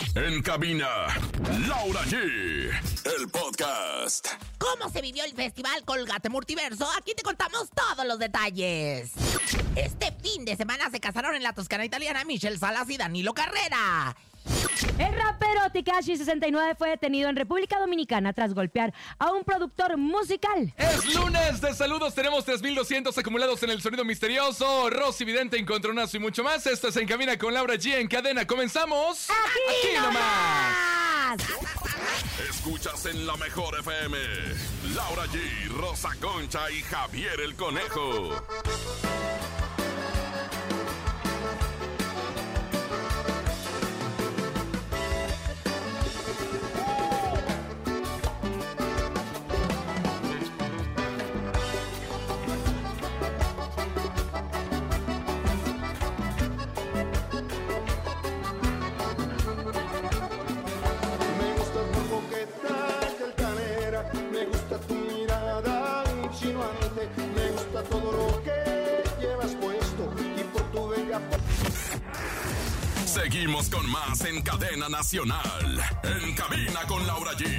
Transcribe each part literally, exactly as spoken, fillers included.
En cabina, Laura G. El podcast. ¿Cómo se vivió el festival Colgate Multiverso? Aquí te contamos todos los detalles. Este fin de semana se casaron en la Toscana italiana Michelle Salas y Danilo Carrera. El rapero Tekashi sesenta y nueve fue detenido en República Dominicana tras golpear a un productor musical. Es lunes de saludos, tenemos tres mil doscientos acumulados en el sonido misterioso. Rosy Vidente, Encontronazo y mucho más. Esto es En Cabina con Laura G. En cadena, comenzamos. ¡Aquí, Aquí nomás! Escuchas en la mejor F M. Laura G, Rosa Concha y Javier el Conejo. Seguimos con más en cadena nacional. En cabina con Laura G.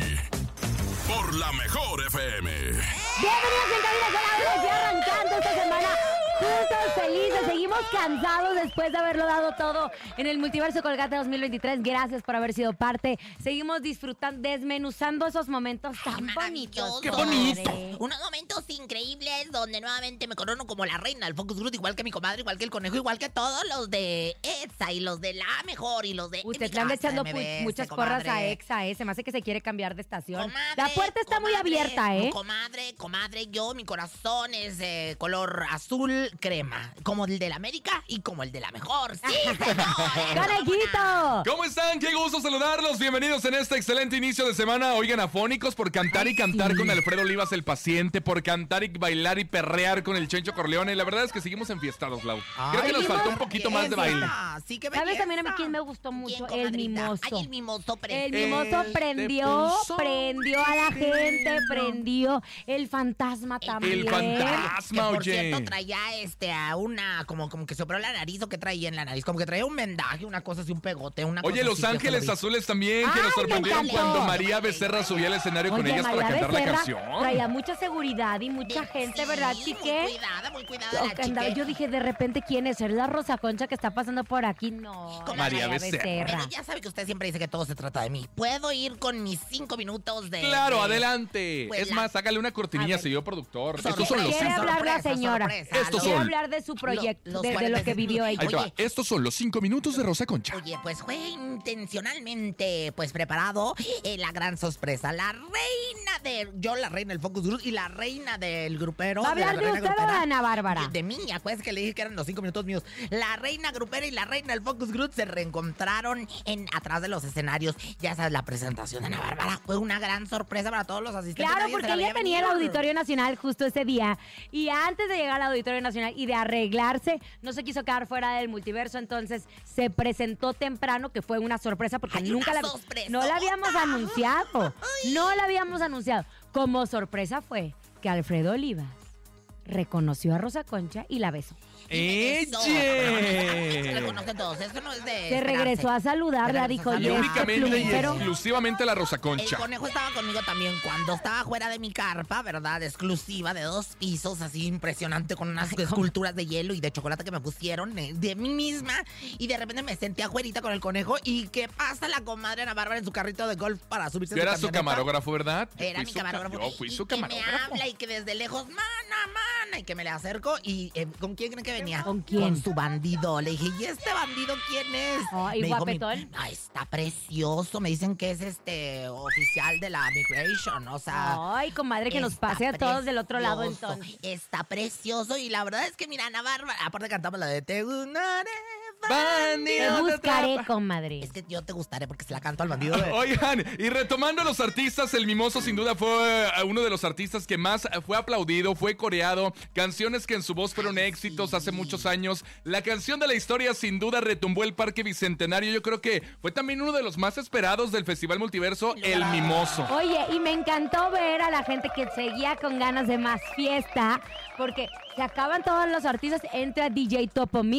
Por la mejor F M. Bienvenidos en Cabina con Laura G, arrancando esta semana. Juntos, felices, seguimos cansados después de haberlo dado todo en el Multiverso Colgate dos mil veintitrés. Gracias por haber sido parte. Seguimos disfrutando, desmenuzando esos momentos tan bonitos. ¡Qué bonito! Unos momentos increíbles donde nuevamente me corono como la reina del Focus Group, igual que mi comadre, igual que el conejo, igual que todos los de EXA y los de La Mejor y los de... Usted le anda echando pu- muchas porras a EXA, ¿eh? Se me hace que se quiere cambiar de estación. Comadre, la puerta está comadre, muy abierta, ¿eh? Comadre, comadre, yo, mi corazón es eh, color azul crema, como el de la América y como el de La Mejor. ¡Sí, señores! ¡Conejito! ¿Cómo están? Qué gusto saludarlos. Bienvenidos en este excelente inicio de semana. Oigan, afónicos por cantar y cantar sí. con Alfredo Olivas, el paciente, por cantar y bailar y perrear con el Chencho Corleone. La verdad es que seguimos enfiestados, Lau. Creo que nos faltó un poquito más de baile. Sí, que ¿Sabes también a mí quién me gustó mucho? ¿Quién, El comadrita? mimoso. Ay, el mimoso El prendió. mimoso Él prendió, te puso prendió a la gente, prendió el fantasma también. El fantasma, Que, por oye. cierto, traía este a una, como, como que se operó la nariz, o que traía en la nariz, como que traía un vendaje, una cosa así, un pegote, una Oye, cosa Los así, yo se lo Ángeles vi. Azules también, que Ay, nos me sorprendieron encantó. cuando María Becerra subía al escenario con Oye, ellas María para cantar Becerra la canción. traía mucha seguridad y mucha gente, Sí, ¿verdad, muy chique? cuidada, muy cuidada Yo, la que andaba- chique. yo dije, de repente, ¿quién es? ¿Es la Rosa Concha que está pasando por aquí? No, Con María Becerra. Pero ya sabe que usted siempre dice que todo se trata de mí. ¿Puedo ir con mis cinco minutos de...? Claro, de- adelante. Pues es la- más, hágale una A cortinilla, ver. señor productor. Sorpresa. Estos son los Quiere cinco. hablar la sorpresa, señora. sorpresa. Estos Quiere son- hablar de su proyecto, los de, de lo cuarenta que vivió ella. Ahí te va. Oye. Estos son los cinco minutos de Rosa Concha. Oye, pues fue intencionalmente pues preparado eh, la gran sorpresa. La reina de... Yo, la reina del Focus Group y la reina del grupero. ¿Va a hablar la de reina usted o de grupera. Ana Bárbara? De, de mí, acuérdense que le dije que eran los cinco minutos míos. La reina grupera y la reina del Focus Group se reencontraron en atrás de los escenarios. Ya sabes, la presentación de Ana Bárbara fue una gran sorpresa para todos los asistentes. Claro, Nadie se porque la ella veía tenía el venir. Auditorio Nacional justo ese día. Y antes de llegar al Auditorio Nacional y de arreglarse, no se quiso quedar fuera del multiverso. Entonces se presentó temprano, que fue una sorpresa porque Hay nunca una la, sorpresota. no la habíamos anunciado. No la habíamos anunciado. Como sorpresa fue que Alfredo Olivas reconoció a Rosa Concha y la besó. Eso. ¡Eche! Se reconocen todos. Eso no es de. Se esperarse. regresó a saludarla, Se dijo, regresó a oye, saludar. este Únicamente y plumífero. exclusivamente la Rosa El Concha. conejo estaba conmigo también cuando estaba fuera de mi carpa, ¿verdad? Exclusiva de dos pisos, así impresionante, con unas esculturas de hielo y de chocolate que me pusieron eh, de mí misma. Y de repente me senté afuerita con el conejo. ¿Y qué pasa la comadre Ana Bárbara en su carrito de golf para subirse Yo a era su su camioneta? camarógrafo, ¿verdad? Yo Era fui mi su ca- camarógrafo. Yo fui y su que me camarógrafo. habla y que desde lejos, mana, mana, y que me le acerco. ¿Y eh, con quién creen que venía? ¿Con quién? Con su bandido. Le dije, ¿y este bandido quién es? Ay, Me dijo mi- guapetón. Ay, está precioso. Me dicen que es este oficial de la Migration. O sea, Ay, comadre, que nos está pase a todos del otro lado precioso, entonces. Está precioso y la verdad es que mira, Ana Bárbara, aparte cantamos la de Te gustaré, Te Bandido te buscaré, atrapa. comadre. es que yo te gustaré porque se la canto al bandido de... Oigan, y retomando a los artistas, el Mimoso sin duda fue eh, uno de los artistas que más eh, fue aplaudido, fue coreado, canciones que en su voz fueron éxitos hace muchos años. La canción de la historia sin duda retumbó el Parque Bicentenario. Yo creo que fue también uno de los más esperados del Festival Multiverso, El Mimoso. Oye, y me encantó ver a la gente que seguía con ganas de más fiesta, porque se acaban todos los artistas, entra D J Topo Mix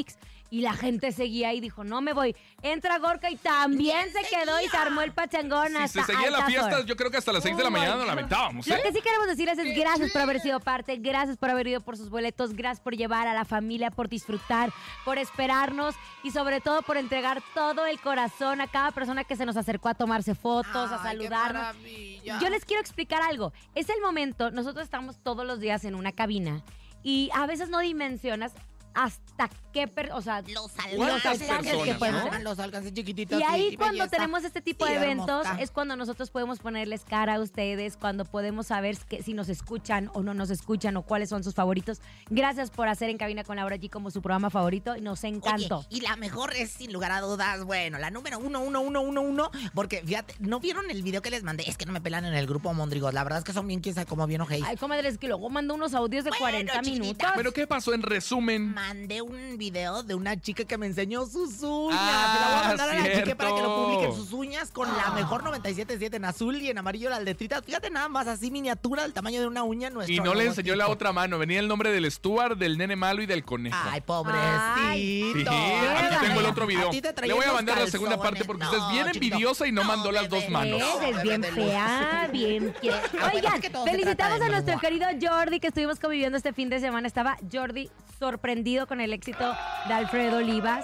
Y la gente seguía y dijo, no me voy. Entra Gorka y también se quedó y se armó el pachangón Si hasta se seguía la altas fiesta, horas. yo creo que hasta las seis de la Oh, mañana my nos la God. aventábamos, Lo ¿eh? que sí queremos decirles es gracias por haber sido parte, gracias por haber ido por sus boletos, gracias por llevar a la familia, por disfrutar, por esperarnos y sobre todo por entregar todo el corazón a cada persona que se nos acercó a tomarse fotos, a Ay, qué saludarnos. maravilla. Yo les quiero explicar algo. Es el momento, nosotros estamos todos los días en una cabina y a veces no dimensionas hasta qué, per- o sea, Los ¿Cuántas alcances personas, que no? podemos, los alcances chiquititos. y ahí sí, cuando belleza. tenemos este tipo Sí, de eventos hermosa. es cuando nosotros podemos ponerles cara a ustedes, cuando podemos saber que, si nos escuchan o no nos escuchan o cuáles son sus favoritos. Gracias por hacer En Cabina con Laura G como su programa favorito y nos encantó. Oye, y la mejor es, sin lugar a dudas, bueno, la número uno, uno, uno, uno, uno, porque fíjate, ¿no vieron el video que les mandé? Es que no me pelan en el grupo Mondrigos, la verdad es que son bien, quién sabe cómo bien ojéis. Ay, comadre, es que luego mando unos audios de Bueno, cuarenta chiquitita, minutos. ¿Pero qué pasó en resumen? Mandé un video de una chica que me enseñó sus uñas. Ah, Se la voy a mandar a la chica para que lo cierto. publiquen. Sus uñas con la mejor noventa y siete punto siete en azul y en amarillo las letritas. Fíjate nada más, así miniatura, del tamaño de una uña. Nuestro Y no le logotipo. enseñó la otra mano. Venía el nombre del Stuart, del nene malo y del conejo. Ay, Sí, pobrecito. aquí tengo el otro video. A ti te traía Le voy a unos mandar la segunda calzones. parte porque No, usted es bien chiquito. envidiosa y no, mandó las dos bebé, manos. no, Es bien bebé de luz. fea, bien quiere. Acuérdate Oigan, que todo se felicitamos trata de a nuestro Mua. querido Jordi que estuvimos conviviendo este fin de semana. Estaba Jordi sorprendido con el éxito de Alfredo Olivas.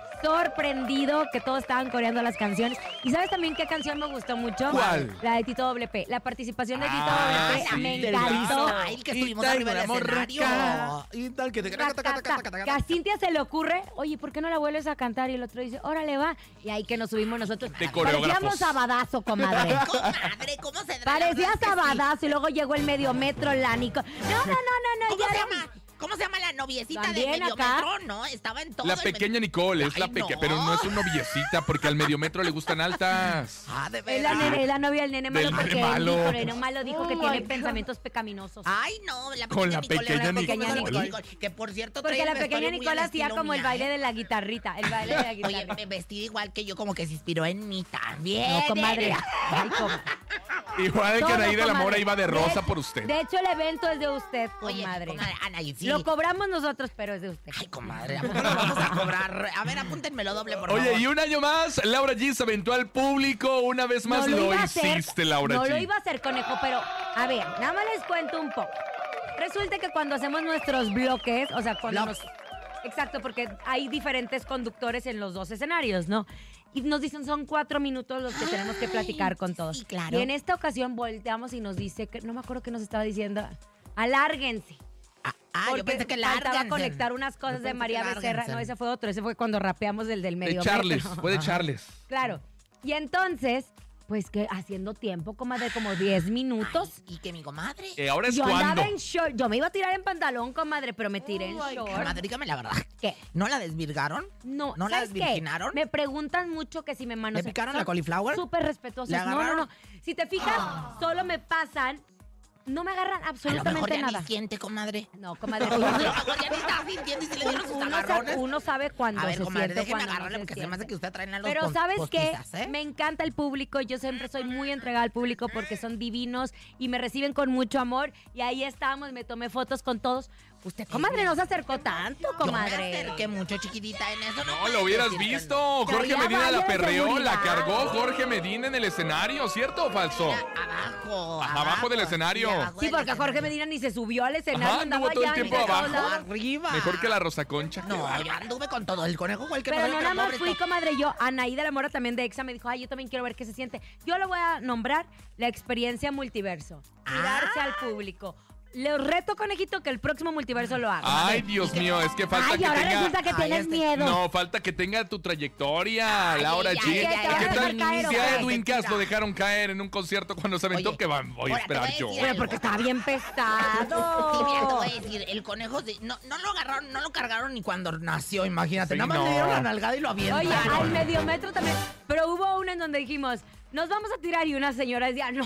Sorprendido que todos estaban coreando las canciones. ¿Y sabes también qué canción me gustó mucho? ¿Cuál? La de Tito Doble P. La participación de Tito Ah, Doble P sí, me del encantó. Ay, que estuvimos Y arriba del traigo la escenario. morraca. Y tal, que te Ta, ta, ta. Que a Cintia se le ocurre, oye, ¿por qué no la vuelves a cantar? Y el otro dice, órale, va. Y ahí que nos subimos nosotros. De coreógrafos. Parecíamos sabadazo, comadre. Comadre, ¿cómo se da? Parecía La verdad es que sí. sabadazo y luego llegó el medio metro, la Nico. No, no, no, no, no. ¿Cómo ya se era- llama? ¿Cómo se llama la noviecita de También medio acá. metro? No, estaba en todo La el pequeña medio- Nicole, es la Ay, pequeña, no. pero no es una noviecita porque al medio metro le gustan altas. Ah, de Es la, veras. nene- es la novia del nene malo Del porque nene él malo. dijo, el nene malo dijo que Oh, tiene my God. pensamientos pecaminosos. Ay, no, la pequeña Con la Nicole, pequeña la Nicole. Nicole, Que por cierto, Porque trae la el pequeña vestuario muy Nicola al hacía estilo como el mía, baile ¿eh? de la guitarrita, el baile de la Oye, guitarra. vestida igual que yo, como que se inspiró en mí también. No, comadre. Ay, comadre. Igual que Todo, Anaí de la comadre. Mora iba de rosa De- por usted. De hecho, el evento es de usted, Oye, comadre. comadre, Ana, y sí. Lo cobramos nosotros, pero es de usted. Ay, comadre, ¿a poco nos vamos a cobrar? A ver, apúntenmelo doble, por favor. Oye, y un año más, Laura G se aventó al público. Una vez más No lo, iba a hacer, hiciste, Laura No G. lo iba a hacer, conejo, pero a ver, nada más les cuento un poco. Resulta que cuando hacemos nuestros bloques, o sea, cuando Blogs. nos... Exacto, porque hay diferentes conductores en los dos escenarios, ¿no? Y nos dicen, son cuatro minutos los que tenemos que platicar con todos. sí, claro. Y en esta ocasión volteamos y nos dice, que no me acuerdo qué nos estaba diciendo, alárguense. Ah, ah, yo Porque pensé que faltaba lárganse. conectar unas Yo cosas de pensé María que Becerra. lárganse. No, ese fue otro, ese fue cuando rapeamos el del De medio Charles, metro. fue de Charles. Claro. Y entonces, pues que haciendo tiempo, comadre, como diez minutos. Ay, y que mi comadre. Eh, ahora es Yo cuando. andaba en short. Yo me iba a tirar en pantalón, comadre, pero me tiré en Ay, short. comadre, dígame la verdad. ¿Qué? ¿No la desvirgaron? No, ¿No la ¿sabes qué? desvirginaron? Me preguntan mucho que si me manosean. ¿Le picaron Son la cauliflower? Súper respetuosas. ¿Le No, no, agarraron? no. Si te fijas, solo me pasan. No me agarran A lo mejor absolutamente ya nada. ni siente, comadre. No, comadre. A lo mejor ya ni está sintiendo y se le dieron sus Uno, sa- agarrones. uno sabe cuándo A ver, se comadre, siente, déjeme cuándo no agarrarle se porque se me hace siente. que usted trae a los Pero pon- ¿sabes qué? postizas, ¿eh? Me encanta el público. Yo siempre soy muy entregada al público porque son divinos y me reciben con mucho amor. Y ahí estamos, me tomé fotos con todos. Usted, comadre, no se acercó tanto, Yo me comadre. acerqué mucho, chiquitita, en eso. No, No, puedes lo hubieras decir que no. visto. Jorge Traía Medina la valla de perreó, la seguridad. cargó Jorge Medina en el escenario, ¿cierto o falso? Abajo, Ajá, abajo del escenario. abajo Sí, del porque Jorge escenario. Medina ni se subió al escenario, Ajá, andaba anduvo todo el allá tiempo en todos abajo. lados. Arriba. Mejor que la Rosa Concha. qué No, bárbaro. yo anduve con todo. El conejo fue el que Pero no nada más pobre fui, esto. comadre, yo, Anaí de la Mora también de Exa me dijo, ay, yo también quiero ver qué se siente. Yo lo voy a nombrar la experiencia multiverso. Tirarse Ah. al público. Le reto, conejito, que el próximo multiverso lo haga. Ay, Dios mío, es que falta Ay, que ahora tenga. resulta que Ay, tienes este- miedo. No, falta que tenga tu trayectoria, Ay, Laura ay, G. ay, ay, ay, ¿Qué ay, tal ay, caer, si a ¿o qué? Edwin Cass lo dejaron caer en un concierto cuando se aventó? Oye, que va- voy a ahora te esperar voy a yo. decir Pero algo. porque estaba bien pesado. Sí, mira, te voy a decir, el conejo sí- no, no lo agarraron, no lo cargaron ni cuando nació, imagínate. Sí, Nada más no. le dieron la nalgada y lo avientaron. Oye, al medio metro también. Pero hubo una en donde dijimos, nos vamos a tirar y una señora decía, no,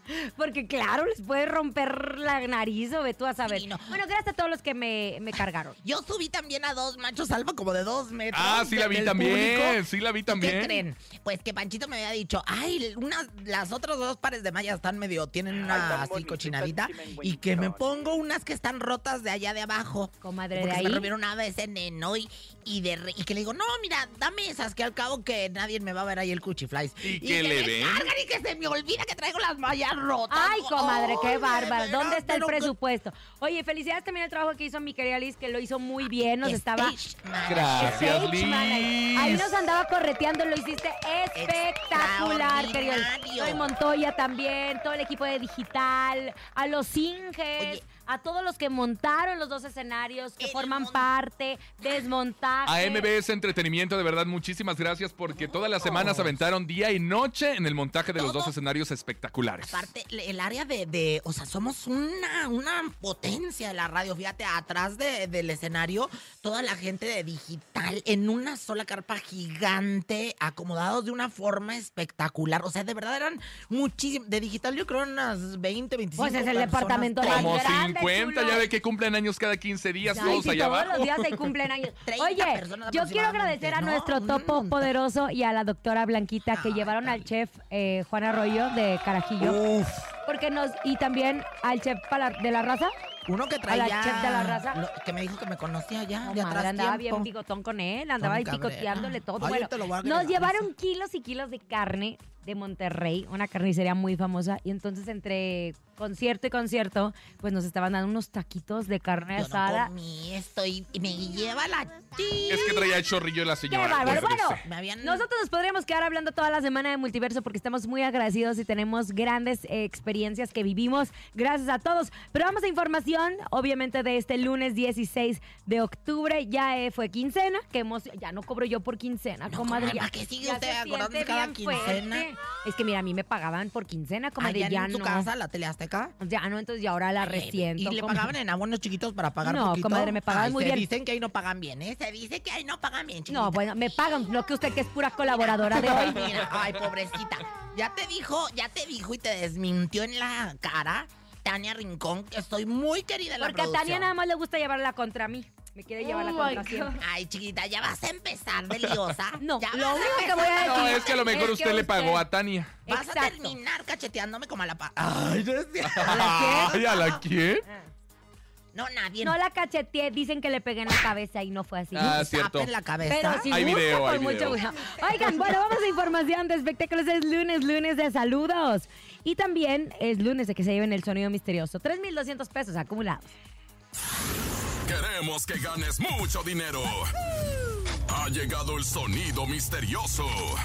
Porque claro, les puede romper la nariz o ve tú a saber. Sí, no. Bueno, gracias a todos los que me, me cargaron. Yo subí también a dos machos alfa como de dos metros. Ah, sí la vi del también, público. sí la vi ¿Y también. ¿Qué creen? Pues que Panchito me había dicho, ay, unas, las otras dos pares de mallas están medio, tienen una así cochinadita, y que me pongo unas que están rotas de allá de abajo. Comadre, de Porque se ahí. me rompieron una vez en Eno y, y, de re- y que le digo, no, mira, dame esas, que al cabo que nadie me va a ver ahí el cuchiflies. ¿Y que qué le me ven? cargan y que se me olvida que traigo las mallas rotas. Ay, comadre, qué Ay, bárbara. de ¿Dónde veras, está el pero que- presupuesto? Oye, felicidades también al trabajo que hizo mi querida Liz, que lo hizo muy bien. Nos estaba... Stage man. Gracias, Stage man, ahí, ahí Liz. nos andaba correteando, lo hiciste espectacular, querido. Extraordinario. El Montoya también, todo el equipo de digital, a los Inges, Oye. a todos los que montaron los dos escenarios, que El forman mon- parte, desmontaje. A M B S Entretenimiento, de verdad, muchísimas gracias porque todas las semanas aventaron día y noche en el montaje de los Todo. dos escenarios espectaculares. Aparte, le- el área de, de- o sea, somos una, una potencia de la radio. Fíjate, atrás de- del escenario, toda la gente de digital en una sola carpa gigante, acomodados de una forma espectacular. O sea, de verdad eran muchísimos. De digital yo creo unas veinte, veinticinco Pues es el personas. departamento más Como grande, cincuenta, chulo. ya ve que cumplen años cada quince días, Ay, todos sí, allá todos abajo. los días se cumplen años. treinta Oye, personas yo quiero agradecer a aproximadamente, nuestro ¿no? topo Mm. poderoso y a la doctora Blanquita que Ay, llevaron al Gaby. chef eh, Juan Arroyo de Carajillo. Uf, Porque nos, y también al chef pala- de la raza. uno que la traía... chef de la raza. lo- que me dijo que me conocía ya, No, de madre, atrás andaba tiempo. bien bigotón con él, andaba ahí Tony Cabrera. picoteándole todo. Ay, Bueno, yo te lo voy a nos agregar, llevaron eso. kilos y kilos de carne de Monterrey, una carnicería muy famosa. Y entonces entre concierto y concierto, pues nos estaban dando unos taquitos de carne Yo asada. no comí esto y, y me lleva la Es que traía el chorrillo la ¡Qué señora. bárbaro! pues, Bueno, este. Me habían... nosotros nos podríamos quedar hablando toda la semana de Multiverso porque estamos muy agradecidos y tenemos grandes eh, experiencias que vivimos. Gracias a todos. Pero vamos a información, obviamente, de este lunes dieciséis de octubre. Ya eh, fue quincena. Qué emoción. Ya no cobro yo por quincena, No, comadre. comadre, Ya, ¿para qué sigue ya usted se acordándose siente cada bien quincena? fuerte. Es que mira, a mí me pagaban por quincena, comadre. Allá Ya en su no. casa, la tele azteca. Ya no, entonces ya ahora la resiento. ¿Y le comadre. pagaban en abonos chiquitos para pagar No, poquito? comadre, me pagaban Ay, muy se bien. dicen que ahí no pagan bien, ¿eh? Se dice que ahí no pagan bien, chiquita. No, bueno, me pagan. No que usted que es pura colaboradora de hoy. Mira, ay, pobrecita. Ya te dijo, ya te dijo y te desmintió en la cara Tania Rincón, que estoy muy querida en la Porque a producción. Tania nada más le gusta llevarla contra mí. Me quiere llevar la Oh contra my siempre. Ay, chiquita, ya vas a empezar de liosa. No, ya lo vas único que empezar voy a de decir- No, liosa. es que a lo mejor Es que usted le pagó usted- a Tania. Vas a Exacto. terminar cacheteándome como a la pa... Ay, no es cierto. Ay, ¿a la quién? No, nadie. No la cacheteé, dicen que le pegué en la cabeza y no fue así. Ah, Tapen cierto. la cabeza. Pero si Hay gusta, video, con hay mucho video. gusto. Oigan, bueno, vamos a información de espectáculos. Es lunes, lunes de saludos. Y también es lunes de que se lleven el sonido misterioso. tres mil doscientos pesos acumulados. Queremos que ganes mucho dinero. Ha llegado el sonido misterioso.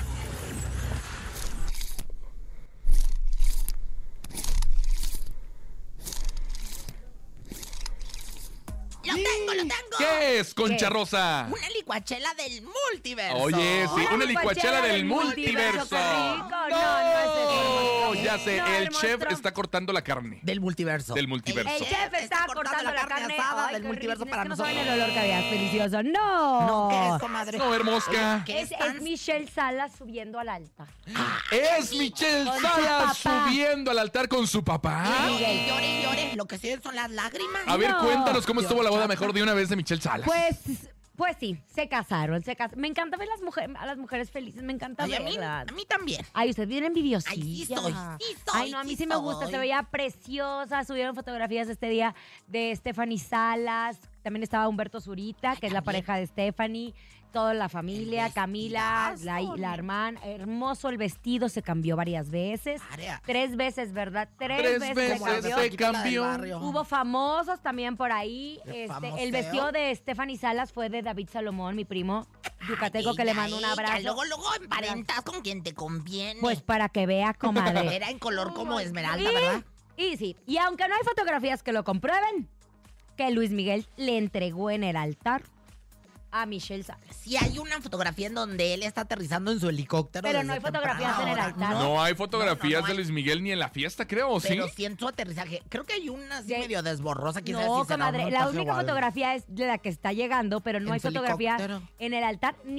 Lo tengo, lo tengo. ¿Qué es, Concha ¿Qué? Rosa? Una licuachela del multiverso. Oye, sí, una licuachela del multiverso. qué rico. No, no es eso. Oh, ya sé, No, el el chef monstruo. está cortando la carne. Del multiverso. Del multiverso. El chef está cortando la carne asada Ay, del qué multiverso rico. para Es que no nosotros. saben el olor que había, delicioso. ¡No! No, ¿qué es, comadre? No, hermosca. ¿Qué Es, es tan- es Michelle Salas subiendo al altar. Es Michelle Con su Salas papá. subiendo al altar con su papá. Y llore y llore. Lo que siguen son las lágrimas. A ver, No. cuéntanos cómo Dios estuvo la boda santo. mejor de una vez de Michelle Salas. Pues, pues sí, se casaron, se casaron. Me encanta ver las mujeres, a las mujeres felices, me encanta Ay, a mí, verlas. a mí también. Ay, usted viene envidiosilla. Ay, sí soy, sí soy, Ay, no, a mí sí sí me gusta, soy. se veía preciosa. Subieron fotografías este día de Stephanie Salas. También estaba Humberto Zurita, que es la también. pareja de Stephanie. Toda la familia, El Camila, la, vestidazo, la hermana. Hermoso el vestido, se cambió varias veces. Área. Tres veces, ¿verdad? Tres, Tres veces, veces se cambió. se cambió. Hubo famosos también por ahí. Qué Este, famoseo. el vestido de Stephanie Salas fue de David Salomón, mi primo yucateco, que le Ella, mando un ella, abrazo. Luego, luego emparentas con quien te conviene. Pues para que vea, comadre. Era en color como esmeralda, y, ¿verdad? Y sí, y aunque no hay fotografías que lo comprueben, que Luis Miguel le entregó en el altar a Michelle Salas. Sí hay una fotografía en donde él está aterrizando en su helicóptero. Pero desde no hay fotografías en el temprana altar. hora. No hay fotografías No, no, no de hay. Luis Miguel ni en la fiesta, creo, ¿o sí? Pero sí en su aterrizaje. Creo que hay una así Sí. medio desborrosa. Quién sabe No, si será un comadre, la montaje única o algo. fotografía es de la que está llegando, pero no En hay su fotografía helicóptero. en el altar ni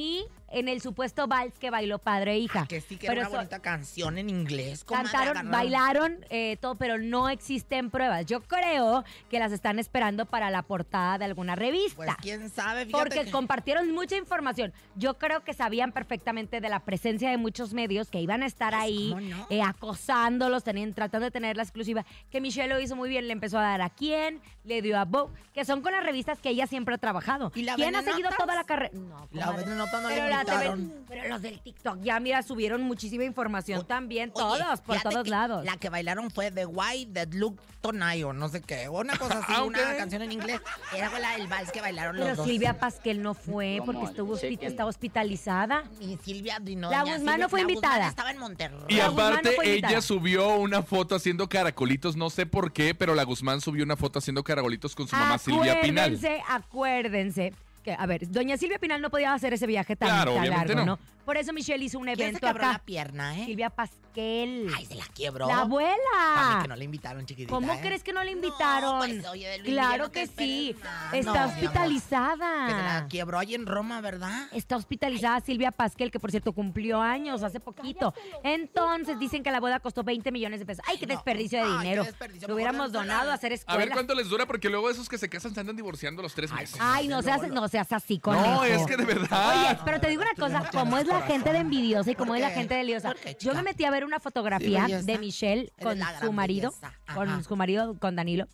en el supuesto vals que bailó padre e hija. Ah, que sí, que Pero era una eso- bonita canción en inglés. comadre, Cantaron, agarraron. bailaron, eh, todo, pero no existen pruebas. Yo creo que las están esperando para la portada de alguna revista. Pues quién sabe, fíjate Porque que- compartieron mucha información. Yo creo que sabían perfectamente de la presencia de muchos medios que iban a estar Pues, ahí ¿cómo no? eh, acosándolos, tenían, tratando de tener la exclusiva. Que Michelle lo hizo muy bien, le empezó a dar a quién, le dio a Vogue, que son con las revistas que ella siempre ha trabajado. ¿Y la ¿Quién ha seguido Venenotas? toda la carrera? No, La comadre. Venenota no le pero, la T V invitaron. pero los del TikTok ya, mira, subieron muchísima información también, Oye, todos, por fíjate todos que lados. La que bailaron fue The White That Look Tonight o no sé qué. O una cosa así, Ah, una ok. canción en inglés. Era la, el vals que bailaron Pero los dos. Silvia Pasquel no fue porque estuvo hospi- estaba hospitalizada. Y Silvia, y no, La doña Guzmán Silvia- no fue la Guzmán invitada. estaba en Monterrey. Y La Guzmán aparte, no fue invitada. ella subió una foto haciendo caracolitos, no sé por qué, pero la Guzmán subió una foto haciendo caracolitos con su mamá Silvia Pinal. Acuérdense, acuérdense. Que, a ver, doña Silvia Pinal no podía hacer ese viaje tan, Claro, tan obviamente largo, no. ¿no? Por eso Michelle hizo un ¿Quién se evento quebró la acá. pierna, eh? Silvia Pasquel. Ay, se la quebró. La Para abuela. mí que no la invitaron, chiquitita. ¿Cómo ¿eh? crees que no la No, invitaron? pues, oye, de Luis Miguel claro no te que sí. esperes nada. Está No, mi amor. hospitalizada. Que se la quebró allí en Roma, ¿verdad? Está hospitalizada Silvia Pasquel, que por cierto cumplió años hace poquito. Entonces dicen que la boda costó veinte millones de pesos. ¡Ay, qué no. desperdicio de Ay, qué dinero! desperdicio. Lo Mejor hubiéramos dense la- donado a hacer A escuela. ver cuánto les dura, porque luego esos que se casan se andan divorciando a los tres meses. Ay, no seas, no seas así con No, es que de verdad. Oye, pero te digo una cosa, como es la gente de envidiosa y como ¿Por es la qué? gente de liosa. ¿Por qué, Yo chica? me metí a ver una fotografía Sí, belleza. de Michelle Eres con la gran su marido, belleza. con Ajá. su marido, con Danilo.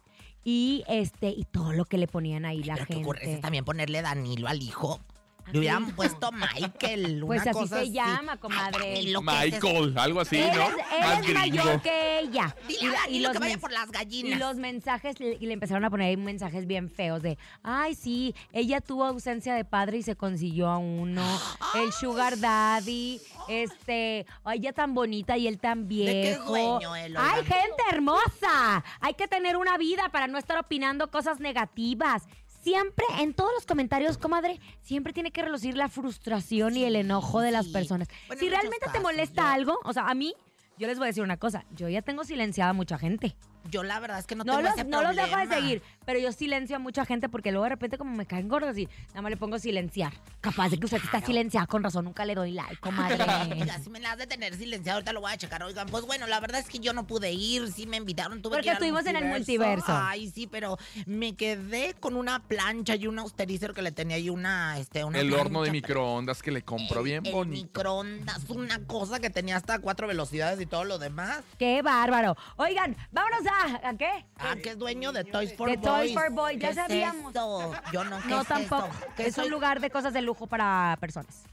Y este, y todo lo que le ponían ahí la Pero qué gente. ocurre, también ponerle Danilo al hijo. Le hubieran puesto Michael. Pues una así cosa se llama, comadre. Ay, Danilo, ¿qué es eso? Michael, algo así, Él ¿no? es, él Más es gringo. mayor que ella. Dile a la- Danilo que vaya men- por las gallinas. Y los mensajes, le, y le empezaron a poner ahí mensajes bien feos de, ay, sí, ella tuvo ausencia de padre y se consiguió a uno. El sugar daddy, este, ay, ella tan bonita y él tan qué es viejo. dueño él, oigan? Ay, gente hermosa. Hay que tener una vida para no estar opinando cosas negativas. Siempre, en todos los comentarios, comadre, siempre tiene que relucir la frustración y el enojo de las sí. personas. Bueno, si en muchos realmente te casos, molesta yo- algo, o sea, a mí, yo les voy a decir una cosa, yo ya tengo silenciada a mucha gente. Yo la verdad es que no, No, tengo los, ese no los dejo de problema. seguir, pero yo silencio a mucha gente porque luego de repente como me caen gordos y nada más le pongo silenciar. Capaz de que usted está silenciada, con razón, nunca le doy like, comadre. Oiga, si me la has de tener silenciado, ahorita lo voy a checar. Oigan, pues bueno, la verdad es que yo no pude ir, sí me invitaron, tuve Porque que ir al estuvimos en el multiverso. Ay, sí, pero me quedé con una plancha y un austerizer que le tenía ahí una, este, una El horno de plancha. microondas que le compró El- bien el bonito. microondas, una cosa que tenía hasta cuatro velocidades y todo lo demás. ¡Qué bárbaro! Oigan, vámonos a... ¿A qué? Ah, que es dueño de Toys for De Boys. Toys for Boys, ya ¿Qué es sabíamos. eso? Yo no, ¿qué No, es tampoco. eso? ¿Qué Es soy? un lugar de cosas de lujo para personas.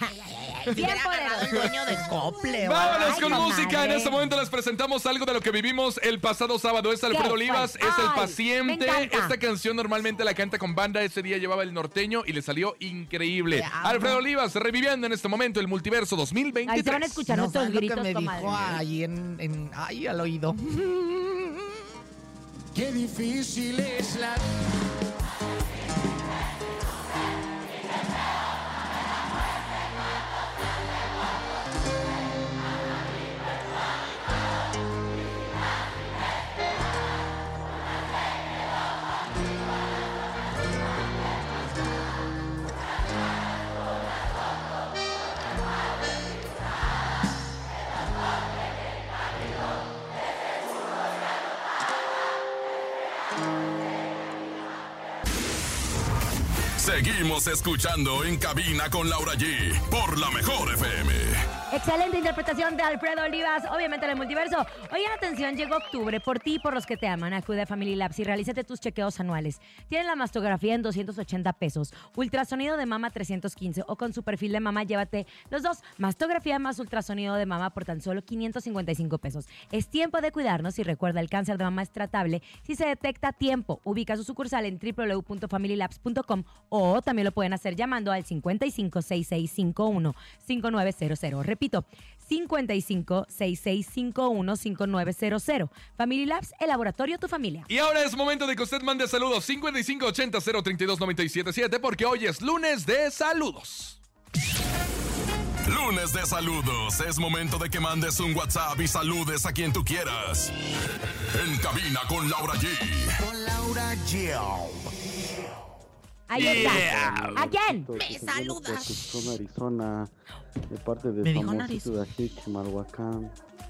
Si Bien hubiera agarrado el poderoso. dueño de Cople. o Vámonos algo. con comadre. música. En este momento les presentamos algo de lo que vivimos el pasado sábado. Es Alfredo ¿Qué? Olivas, ¿Cuál? es El Ay, Paciente. me encanta. Esta canción normalmente la canta con banda. Ese día llevaba el norteño y le salió increíble. Te amo. Alfredo Olivas reviviendo en este momento el multiverso dos mil veintitrés. Ahí se van a escuchar No nuestros sabes lo que gritos, me comadre. dijo ahí en, en... Ay, al oído. Qué difícil es la Seguimos escuchando En Cabina con Laura G por la mejor F M. Excelente interpretación de Alfredo Olivas, obviamente en el multiverso. Oigan, atención, llegó octubre. Por ti y por los que te aman, acude a Family Labs y realízate tus chequeos anuales. Tienen la mastografía en doscientos ochenta pesos, ultrasonido de mama trescientos quince o con su perfil de mama llévate los dos. Mastografía más ultrasonido de mama por tan solo quinientos cincuenta y cinco pesos. Es tiempo de cuidarnos y recuerda, el cáncer de mama es tratable si se detecta a tiempo. Ubica su sucursal en w w w punto family labs punto com o también lo pueden hacer llamando al cincuenta y cinco, sesenta y seis cincuenta y uno, cincuenta y nueve cero cero. Repito, cincuenta y cinco, sesenta y seis cincuenta y uno, cincuenta y nueve cero cero. Family Labs, el laboratorio tu familia. Y ahora es momento de que usted mande saludos cincuenta y cinco ochenta, cero treinta y dos, noventa y siete siete porque hoy es lunes de saludos. Lunes de saludos. Es momento de que mandes un WhatsApp y saludes a quien tú quieras. En Cabina con Laura G. con Laura G. Ahí está. Yeah. ¿A quién? Me saludas. Tucson, Arizona, de parte Me de dijo famoso nariz. Ciudad Chimalhuacán.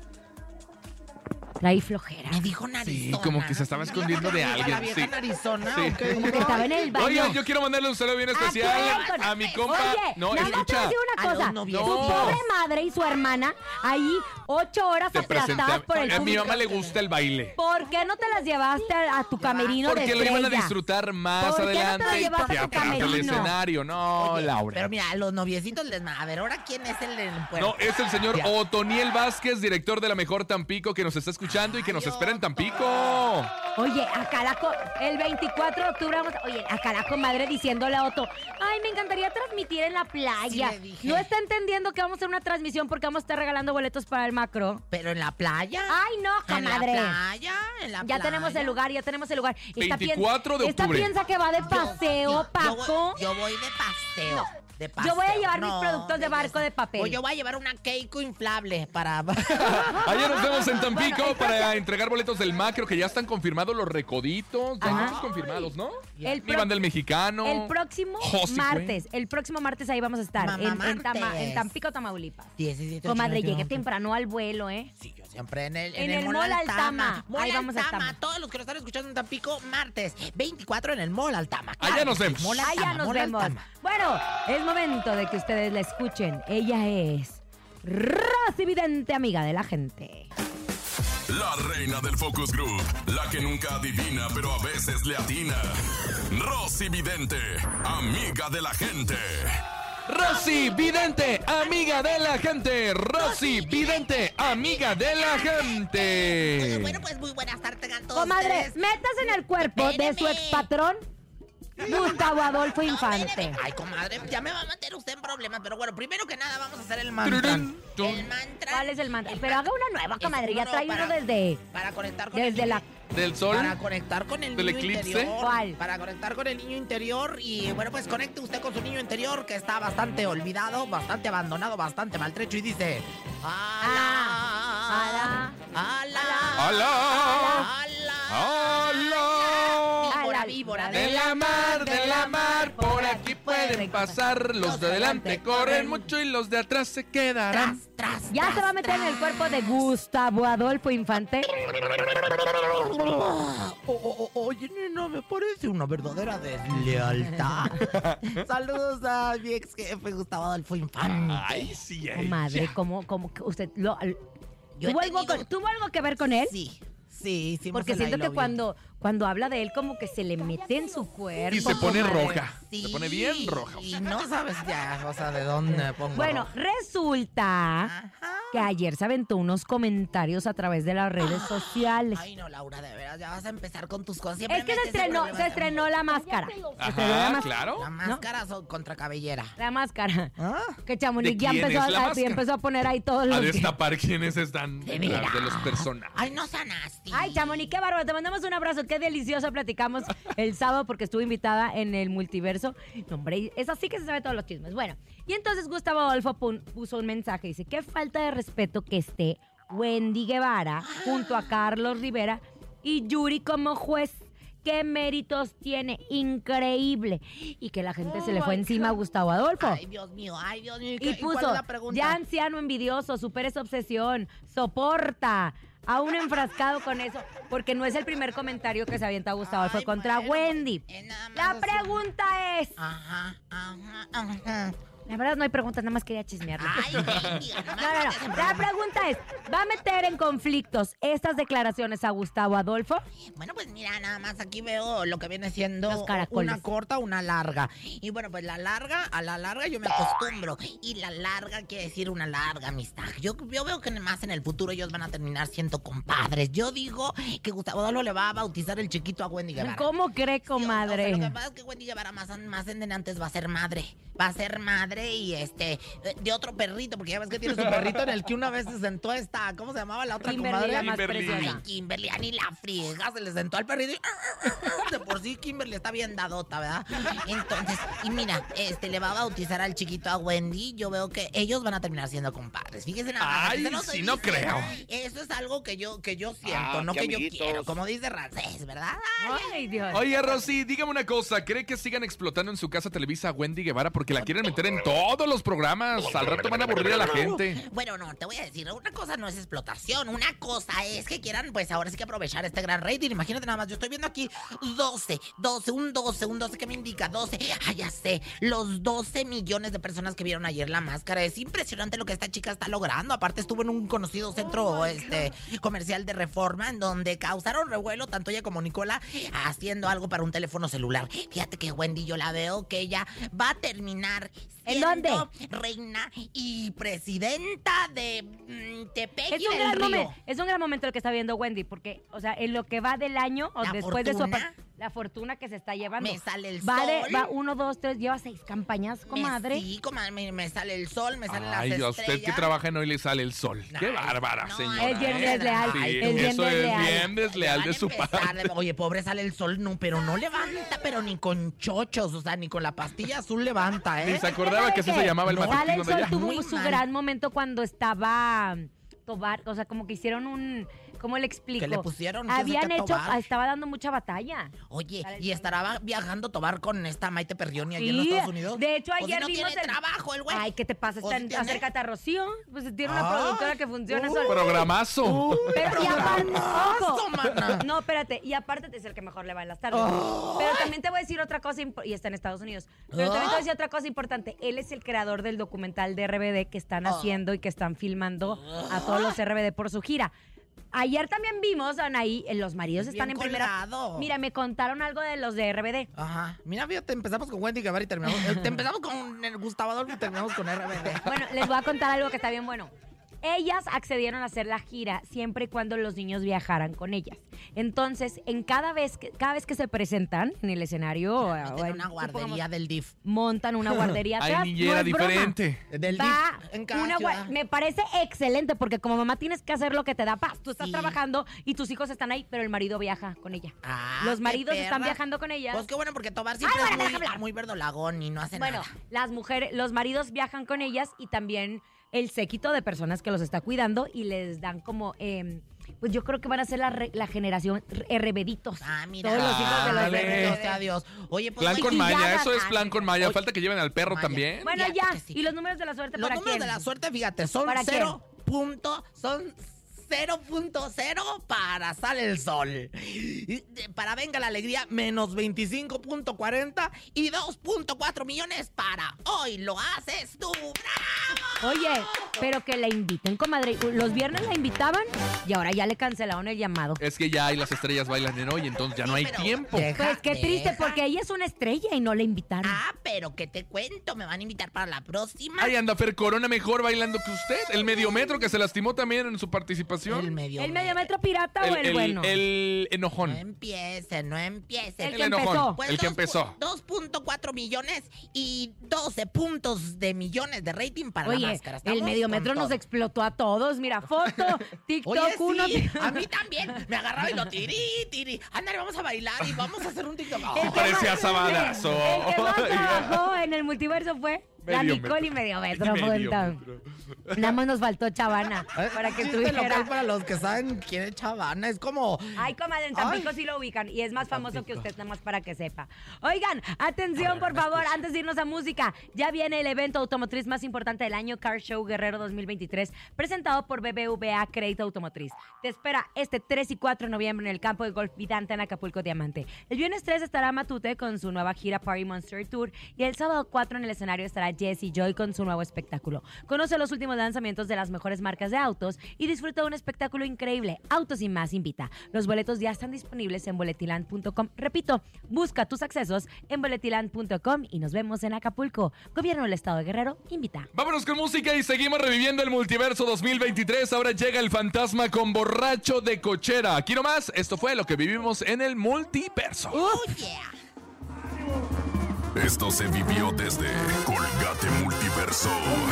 Trae flojera. Me dijo narizona. Sí, como que se estaba escondiendo de ¿La alguien. vieja Sí. narizona? Sí. ¿O qué? Como que estaba en el baño. Oigan, yo quiero mandarle un saludo bien especial quién? a mi compa. Oye, No, nada más te voy a escucha. decir A una los cosa. noviecitos. Tu No. pobre madre y su hermana ahí ocho horas Te presenté. aplastadas por el A mi público. mamá le gusta el baile. ¿Por qué no te las llevaste a, a tu camerino de Porque lo iban a estrella? disfrutar más ¿Por qué no te lo adelante llevaste que a tu atrás del camerino? escenario. No, Oye, Laura. Pero mira, los noviecitos les... A ver, ¿ahora quién es el del puerto? No, es el señor Ya. Otoniel Vázquez, director de La Mejor Tampico, que nos está escuchando y que nos Ay, espera en Otto. Tampico. Oye, acá la co- el veinticuatro de octubre vamos, oye, acá la comadre diciéndole a Otto, ay, me encantaría transmitir en la playa. Sí, le dije. No está entendiendo que vamos a hacer una transmisión porque vamos a estar regalando boletos para el macro. ¿Pero en la playa? Ay, no, ¿En la comadre. playa? ¿En la Ya playa? tenemos el lugar, ya tenemos el lugar. Esta pien- veinticuatro de Esta octubre. piensa que va de paseo, Yo- yo Paco. voy- Yo voy de paseo. De paseo. Yo voy a llevar mis No, productos de barco de papel. O yo voy a llevar una Keiko inflable para... Ayer nos vemos en Tampico para entregar boletos del macro, que ya están confirmados los recoditos. Ya hay Ajá. muchos confirmados, ¿no? El Mi pro- banda el mexicano. El próximo Oh, sí, martes, el próximo martes ahí vamos a estar, Mamá en, en Tama- martes. en Tampico, Tamaulipas. diecisiete, Comadre, ocho, llegué nueve, temprano al vuelo, ¿eh? Sí, yo siempre en el, En el Mall Altama. Mall Ahí vamos a Altama. estar. Todos los que nos están escuchando en Tampico, martes veinticuatro en el Mall Altama. Allá Claro nos que sí, vemos. Mall Allá Altama, nos Mall vemos. Altama. Bueno, es momento de que ustedes la escuchen. Ella es Rosy Vidente, amiga de la gente. La reina del Focus Group, la que nunca adivina pero a veces le atina. Rosy Vidente, amiga de la gente. Rosy Vidente, amiga de la gente. Rosy Vidente, amiga de la Oye, gente. bueno, pues muy buenas tardes a todos Comadre, ustedes. metas en el cuerpo de su Espéreme. expatrón, Gustavo Adolfo No, Infante. espéreme. Ay, comadre, ya me va a meter usted en problemas. Pero bueno, primero que nada vamos a hacer el mantra. Tururún, tum. El mantra. ¿Cuál es el mantra? el Pero haga una nueva, Es comadre. Ya uno trae para- uno desde, Para conectar con desde el la... Del sol. Para conectar con el ¿Del niño eclipse? interior. ¿Cuál? Para conectar con el niño interior. Y bueno, pues conecte usted con su niño interior que está bastante olvidado, bastante abandonado, bastante maltrecho. Y dice: Ah, ¡Ala! ¡Ala! ¡Ala! ¡Ala! ¡Ala! Víbora, víbora. De la mar, de la mar, por aquí pueden pasar. Los de adelante corren mucho y los de atrás se quedarán. Tras, tras, Ya se va a meter en el cuerpo de Gustavo Adolfo Infante. Oh, oh, oh, oye, no me parece una verdadera deslealtad. Saludos a mi ex jefe Gustavo Adolfo Infante. Ay, sí, ay. Comadre, ¿cómo, cómo que usted lo, Yo he ¿tuvo, algo tenido- con- ¿tuvo algo que ver con él? Sí, sí, sí. Porque siento que cuando, cuando habla de él como que se le mete en su cuerpo. Y se pone comadre. roja. Se pone bien roja. Y no sabes ya, o sea, de dónde me pongo. Bueno, roja. resulta Ajá. que ayer se aventó unos comentarios a través de las redes sociales. Ay, no, Laura, de veras, ya vas a empezar con tus cosas. Siempre Es que se metes en estrenó, problemas. se estrenó la máscara. Se estrenó la Ajá, máscara. claro. La máscara son contra cabellera. La máscara. ¿Ah? Que Chamonix ¿De ya quién empezó, es la a, y máscara? empezó a poner ahí todos los... A que- destapar quiénes están De detrás veras. de los personajes. Ay, no sean así. Ay, Chamonix, qué bárbaro. Te mandamos un abrazo. Qué delicioso platicamos el sábado porque estuve invitada en el multiverso. No, hombre, es así que se sabe todos los chismes. Bueno, y entonces Gustavo Adolfo pun- puso un mensaje. Dice, qué falta de respeto que esté Wendy Guevara junto a Carlos Rivera y Yuri como juez. ¿Qué méritos tiene? Increíble. Y que la gente se le fue encima a Gustavo Adolfo. Ay, Dios mío, ay, Dios mío. Y ¿qué- cuál puso, es la pregunta? ya anciano envidioso, supera esa obsesión, soporta, aún enfrascado con eso, porque no es el primer comentario que se avienta Gustavo, fue Ay, contra bueno, Wendy. pues, es nada más La así. pregunta es, Ajá, ajá, ajá. la verdad no hay preguntas, nada más quería chismearlo. Ay, mendiga, nomás No, no, metes en no. La problemas. pregunta es, ¿va a meter en conflictos estas declaraciones a Gustavo Adolfo? Bueno, pues mira, nada más aquí veo lo que viene siendo Los caracoles. una corta, una larga. Y bueno, pues la larga, a la larga yo me acostumbro. Y la larga quiere decir una larga amistad. Yo, yo veo que más en el futuro ellos van a terminar siendo compadres. Yo digo que Gustavo Adolfo le va a bautizar el chiquito a Wendy Guevara. ¿Cómo cree, Sí, o- o sea, comadre? lo que pasa es que Wendy Guevara más, más en antes va a ser madre. Va a ser madre comadre, y este, de otro perrito, porque ya ves que tiene su perrito en el que una vez se sentó esta, ¿cómo se llamaba la otra Kimberly, comadre? la más Kimberly. preciosa. Ay, Kimberly, ya ni la friega, se le sentó al perrito y de por sí Kimberly está bien dadota, ¿verdad? Entonces, y mira, este, le va a bautizar al chiquito a Wendy, yo veo que ellos van a terminar siendo compadres, fíjense nada más. Ay, se los sí, estoy no diciendo. creo. Eso es algo que yo, que yo siento, Ah, no qué que yo amiguitos. quiero, como dice Rancés, ¿verdad? Ay, Ay, Dios. Oye, Rosy, dígame una cosa. ¿Cree que sigan explotando en su casa Televisa a Wendy Guevara porque la quieren meter en todos los programas? Al rato van a aburrir a la gente. Bueno, no, te voy a decir, una cosa no es explotación, una cosa es que quieran, pues ahora sí que aprovechar este gran rating. Imagínate nada más, yo estoy viendo aquí doce, doce, un doce, un doce, ¿qué me indica? doce, ah, ya sé, los doce millones de personas que vieron ayer La Máscara. Es impresionante lo que esta chica está logrando. Aparte estuvo en un conocido centro este comercial de Reforma en donde causaron revuelo tanto ella como Nicola haciendo algo para un teléfono celular. Fíjate que Wendy, yo la veo que ella va a terminar ¿En siendo dónde? reina y presidenta de mm, Tepeji Es un, del gran Río. momento, es un gran momento el que está viendo Wendy, porque, o sea, en lo que va del año, o La después de su fortuna. apa- la fortuna que se está llevando. Me sale el va sol. De, va uno, dos, tres, lleva seis campañas, Me- comadre. Sí, comadre, me, me sale el sol, me salen Ay, las a estrellas. usted que trabaja en hoy le sale el sol. Qué Ay, bárbara, no, señora. Es bien ¿eh? desleal, Sí, es bien eso desleal. es bien Le desleal van de a su empezar parte. de- Oye, pobre sale el sol, no, pero no levanta, pero ni con chochos, o sea, ni con la pastilla azul levanta, ¿eh? Ni se acordaba ¿Sabe que así qué? se llamaba el No. Sale matutino el de sol ella. tuvo Muy su mal. gran momento cuando estaba Tobar, o sea, como que hicieron un, ¿cómo le explico? ¿Qué le pusieron? ¿Quién Habían sabe qué hecho, Tobar? estaba dando mucha batalla. Oye, Sale el ¿y sol. estará viajando Tobar con esta Maite Perrioni allí en los Sí, Estados Unidos? de hecho, O si ayer no vimos tiene el- trabajo el güey. Ay, ¿qué te pasa? ¿O Está sí en- tiene? acércate a Rocío. Pues tiene una Ay, productora que funciona uy. sola. Programazo. Pero, y aparte, Programazo, ojo, mana. no, espérate, y aparte es el que mejor le va en las tardes. Pero también te voy a decir otra cosa, impo- y está en Estados Unidos. Pero también te voy a decir otra cosa importante. Él es el creador del documental de R B D que están haciendo y que están filmando a todos los R B D por su gira. Ayer también vimos, Anaí, eh, los maridos Bien están en primera. colgado. Mira, me contaron algo de los de R B D. Ajá. Mira, fíjate, empezamos con Wendy Guevara y terminamos. eh, te empezamos con el Gustavo Adolfo y terminamos con R B D. Bueno, les voy a contar algo que está bien bueno. Ellas accedieron a hacer la gira siempre y cuando los niños viajaran con ellas. Entonces, en cada vez que, cada vez que se presentan en el escenario, o Meten en- una guardería supongamos, del D I F. montan una guardería Hay atrás. niñera no es broma. diferente. Del Va D I F en cada una ciudad. gua- me parece excelente porque como mamá tienes que hacer lo que te da paz. Tú estás Sí. trabajando y tus hijos están ahí, pero el marido viaja con ella. Ah, Los qué maridos están perra. viajando con ellas. Pues qué bueno, porque Tobar siempre Ay, es bueno, muy, déjame hablar. muy verdolagón y no hace Bueno, nada. las mujeres, los maridos viajan con ellas y también el séquito de personas que los está cuidando y les dan como, eh, pues yo creo que van a ser la, re- la generación RBditos. Ah, mira. Todos los hijos de los Ándale. R B D. Bendito sea Dios. Oye, pues Plan oye, con y ya Maya, eso es ganan. plan con Maya. Oye, Falta que lleven al perro Maya. también. Bueno, Fíjate ya. que sí. ¿Y los números de la suerte los para números quién? de la suerte, fíjate, son ¿Para cero punto, son cero punto cero para Sale el Sol. Y, de- Para Venga la Alegría, menos veinticinco punto cuarenta y dos punto cuatro millones para Hoy Lo Haces Tú. ¡Bravo! Oye, pero que la inviten, comadre. Los viernes la invitaban y ahora ya le cancelaron el llamado. Es que ya hay las estrellas bailan en hoy, entonces ya no hay Sí, pero tiempo. deja- Pues qué triste, deja. porque ella es una estrella y no la invitaron. Ah, pero que te cuento, me van a invitar para la próxima. Ahí anda Fer Corona mejor bailando que usted. El mediometro que se lastimó también en su participación. El medio. ¿El mediometro pirata o el, el, bueno? el No enojón. empiecen, no empiecen. El El que enojón. empezó. Pues el que dos pu- empezó. dos punto cuatro millones y doce puntos de millones de rating para la Oye, máscara. el Estamos mediometro con nos todo. explotó a todos. Mira, foto, TikTok, Oye, uno. sí, a mí también. Me agarraba y lo tirí, tirí. Ándale, vamos a bailar y vamos a hacer un TikTok. El que Parecía más- sabadazo. El que más trabajó en el multiverso fue la Mediometro. Nicole y Mediometro. Y punto. mediometro. Nada más nos faltó Chavana para que Chiste local tuviera. para los que saben quién es Chavana. Es como... Ay, comadre, en Tampico Ay. sí lo ubican y es más famoso que usted, nada más para que sepa. Oigan, atención, por favor, antes de irnos a música, ya viene el evento automotriz más importante del año, Car Show Guerrero dos mil veintitrés, presentado por B B V A Crédito Automotriz. Te espera este tres y cuatro de noviembre en el campo de golf Vidanta en Acapulco Diamante. El viernes tres estará Matute con su nueva gira Party Monster Tour y el sábado cuatro en el escenario estará Jessie Joy con su nuevo espectáculo. Conoce los últimos lanzamientos de las mejores marcas de autos y disfruta de un espectáculo increíble. Autos y Más invita. Los boletos ya están disponibles en boletiland punto com. Repito, busca tus accesos en boletiland punto com y nos vemos en Acapulco. Gobierno del Estado de Guerrero invita. Vámonos con música y seguimos reviviendo el multiverso dos mil veintitrés. Ahora llega el fantasma con borracho de cochera. Aquí nomás, esto fue lo que vivimos en el multiverso. Oh, yeah. Esto se vivió desde Colgate Multiverso.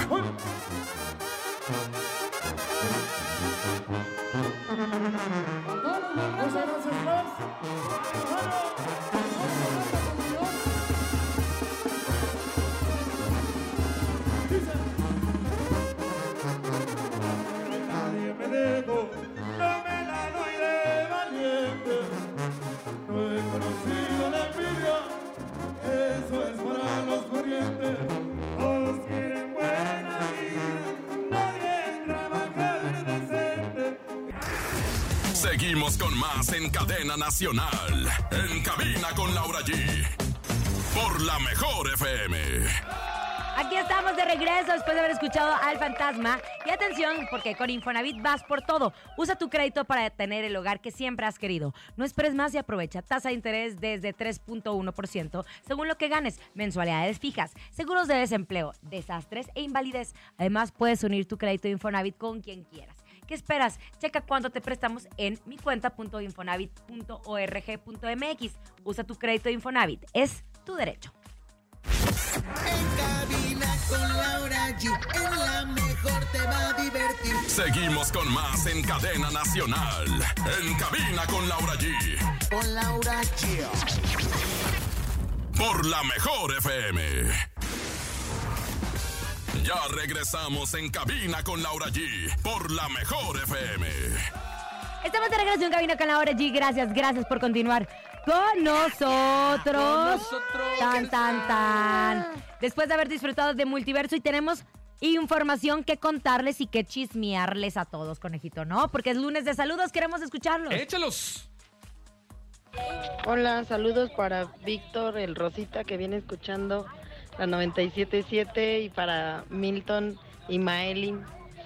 Nadie me dejó, no me la doy de valiente. No he conocido la envidia, eso es para los corrientes. Todos quieren buena vida, nadie trabajar decente. Seguimos con más en Cadena Nacional. En cabina con Laura G. Por la mejor F M. Aquí estamos de regreso después de haber escuchado al fantasma. Y atención, porque con Infonavit vas por todo. Usa tu crédito para tener el hogar que siempre has querido. No esperes más y aprovecha tasa de interés desde tres punto uno por ciento según lo que ganes, mensualidades fijas, seguros de desempleo, desastres e invalidez. Además, puedes unir tu crédito Infonavit con quien quieras. ¿Qué esperas? Checa cuánto te prestamos en mi cuenta punto infonavit punto org punto mx. Usa tu crédito Infonavit. Es tu derecho. En cabina con Laura G. En la mejor te va a divertir. Seguimos con más en Cadena Nacional. En cabina con Laura G. Con Laura G. Por la mejor F M. Ya regresamos en cabina con Laura G. Por la mejor F M. Estamos de regreso en cabina con Laura G. Gracias, gracias por continuar con nosotros. Con nosotros. Tan, tan, tan. Después de haber disfrutado de Multiverso y tenemos información que contarles y que chismearles a todos, conejito, ¿no? Porque es lunes de saludos, queremos escucharlos. ¡Échalos! Hola, saludos para Víctor, el Rosita, que viene escuchando la noventa y siete punto siete, y para Milton y Maelin.